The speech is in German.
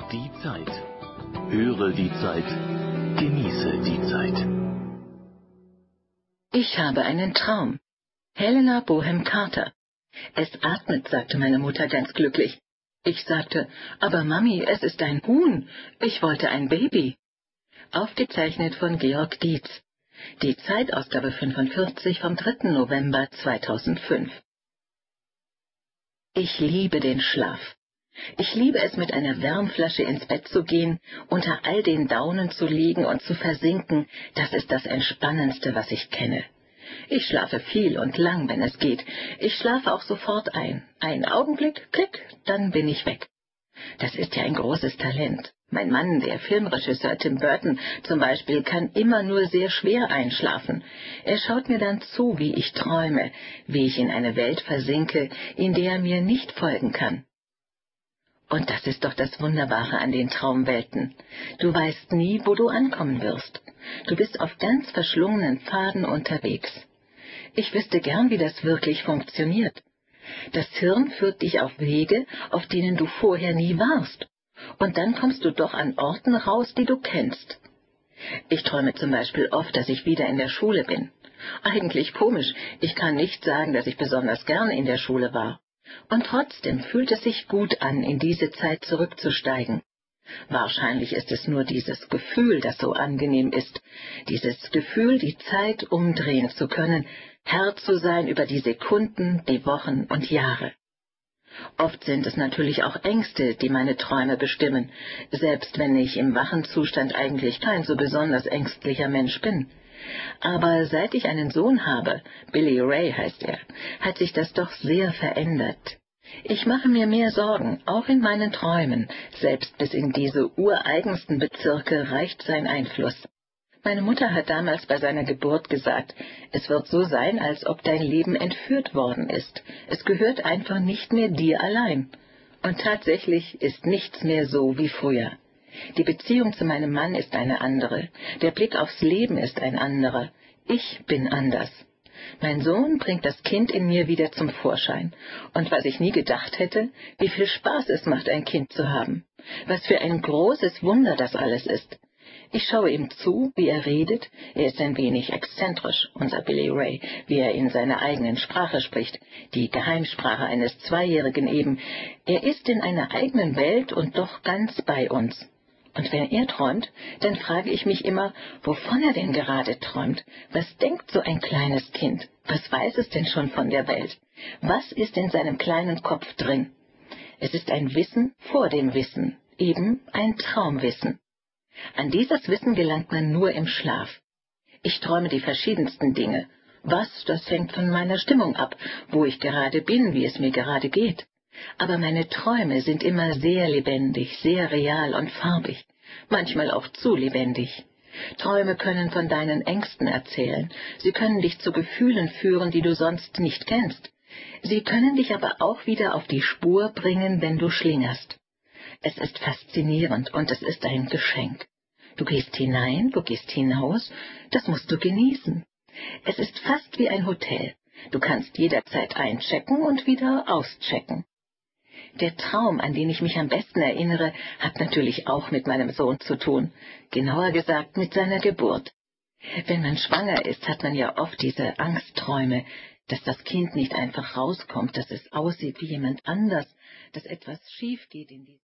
Die Zeit. Höre die Zeit. Genieße die Zeit. Ich habe einen Traum. Helena Bonham Carter. Es atmet, sagte meine Mutter ganz glücklich. Ich sagte, aber Mami, es ist ein Huhn. Ich wollte ein Baby. Aufgezeichnet von Georg Dietz. Die Zeitausgabe 45 vom 3. November 2005. Ich liebe den Schlaf. Ich liebe es, mit einer Wärmflasche ins Bett zu gehen, unter all den Daunen zu liegen und zu versinken. Das ist das Entspannendste, was ich kenne. Ich schlafe viel und lang, wenn es geht. Ich schlafe auch sofort ein. Ein Augenblick, klick, dann bin ich weg. Das ist ja ein großes Talent. Mein Mann, der Filmregisseur Tim Burton zum Beispiel, kann immer nur sehr schwer einschlafen. Er schaut mir dann zu, wie ich träume, wie ich in eine Welt versinke, in der er mir nicht folgen kann. Und das ist doch das Wunderbare an den Traumwelten. Du weißt nie, wo du ankommen wirst. Du bist auf ganz verschlungenen Pfaden unterwegs. Ich wüsste gern, wie das wirklich funktioniert. Das Hirn führt dich auf Wege, auf denen du vorher nie warst. Und dann kommst du doch an Orten raus, die du kennst. Ich träume zum Beispiel oft, dass ich wieder in der Schule bin. Eigentlich komisch, ich kann nicht sagen, dass ich besonders gern in der Schule war. Und trotzdem fühlt es sich gut an, in diese Zeit zurückzusteigen. Wahrscheinlich ist es nur dieses Gefühl, das so angenehm ist. Dieses Gefühl, die Zeit umdrehen zu können, Herr zu sein über die Sekunden, die Wochen und Jahre. Oft sind es natürlich auch Ängste, die meine Träume bestimmen, selbst wenn ich im wachen Zustand eigentlich kein so besonders ängstlicher Mensch bin. Aber seit ich einen Sohn habe, Billy Ray heißt er, hat sich das doch sehr verändert. Ich mache mir mehr Sorgen, auch in meinen Träumen, selbst bis in diese ureigensten Bezirke reicht sein Einfluss. Meine Mutter hat damals bei seiner Geburt gesagt, es wird so sein, als ob dein Leben entführt worden ist. Es gehört einfach nicht mehr dir allein. Und tatsächlich ist nichts mehr so wie früher. Die Beziehung zu meinem Mann ist eine andere. Der Blick aufs Leben ist ein anderer. Ich bin anders. Mein Sohn bringt das Kind in mir wieder zum Vorschein. Und was ich nie gedacht hätte, wie viel Spaß es macht, ein Kind zu haben. Was für ein großes Wunder das alles ist. Ich schaue ihm zu, wie er redet. Er ist ein wenig exzentrisch, unser Billy Ray, wie er in seiner eigenen Sprache spricht, die Geheimsprache eines Zweijährigen eben. Er ist in einer eigenen Welt und doch ganz bei uns. Und wenn er träumt, dann frage ich mich immer, wovon er denn gerade träumt. Was denkt so ein kleines Kind? Was weiß es denn schon von der Welt? Was ist in seinem kleinen Kopf drin? Es ist ein Wissen vor dem Wissen, eben ein Traumwissen. An dieses Wissen gelangt man nur im Schlaf. Ich träume die verschiedensten Dinge. Was, das hängt von meiner Stimmung ab, wo ich gerade bin, wie es mir gerade geht. Aber meine Träume sind immer sehr lebendig, sehr real und farbig, manchmal auch zu lebendig. Träume können von deinen Ängsten erzählen, sie können dich zu Gefühlen führen, die du sonst nicht kennst. Sie können dich aber auch wieder auf die Spur bringen, wenn du schlingerst. Es ist faszinierend und es ist ein Geschenk. Du gehst hinein, du gehst hinaus, das musst du genießen. Es ist fast wie ein Hotel. Du kannst jederzeit einchecken und wieder auschecken. Der Traum, an den ich mich am besten erinnere, hat natürlich auch mit meinem Sohn zu tun, genauer gesagt mit seiner Geburt. Wenn man schwanger ist, hat man ja oft diese Angstträume, dass das Kind nicht einfach rauskommt, dass es aussieht wie jemand anders, dass etwas schief geht in diesem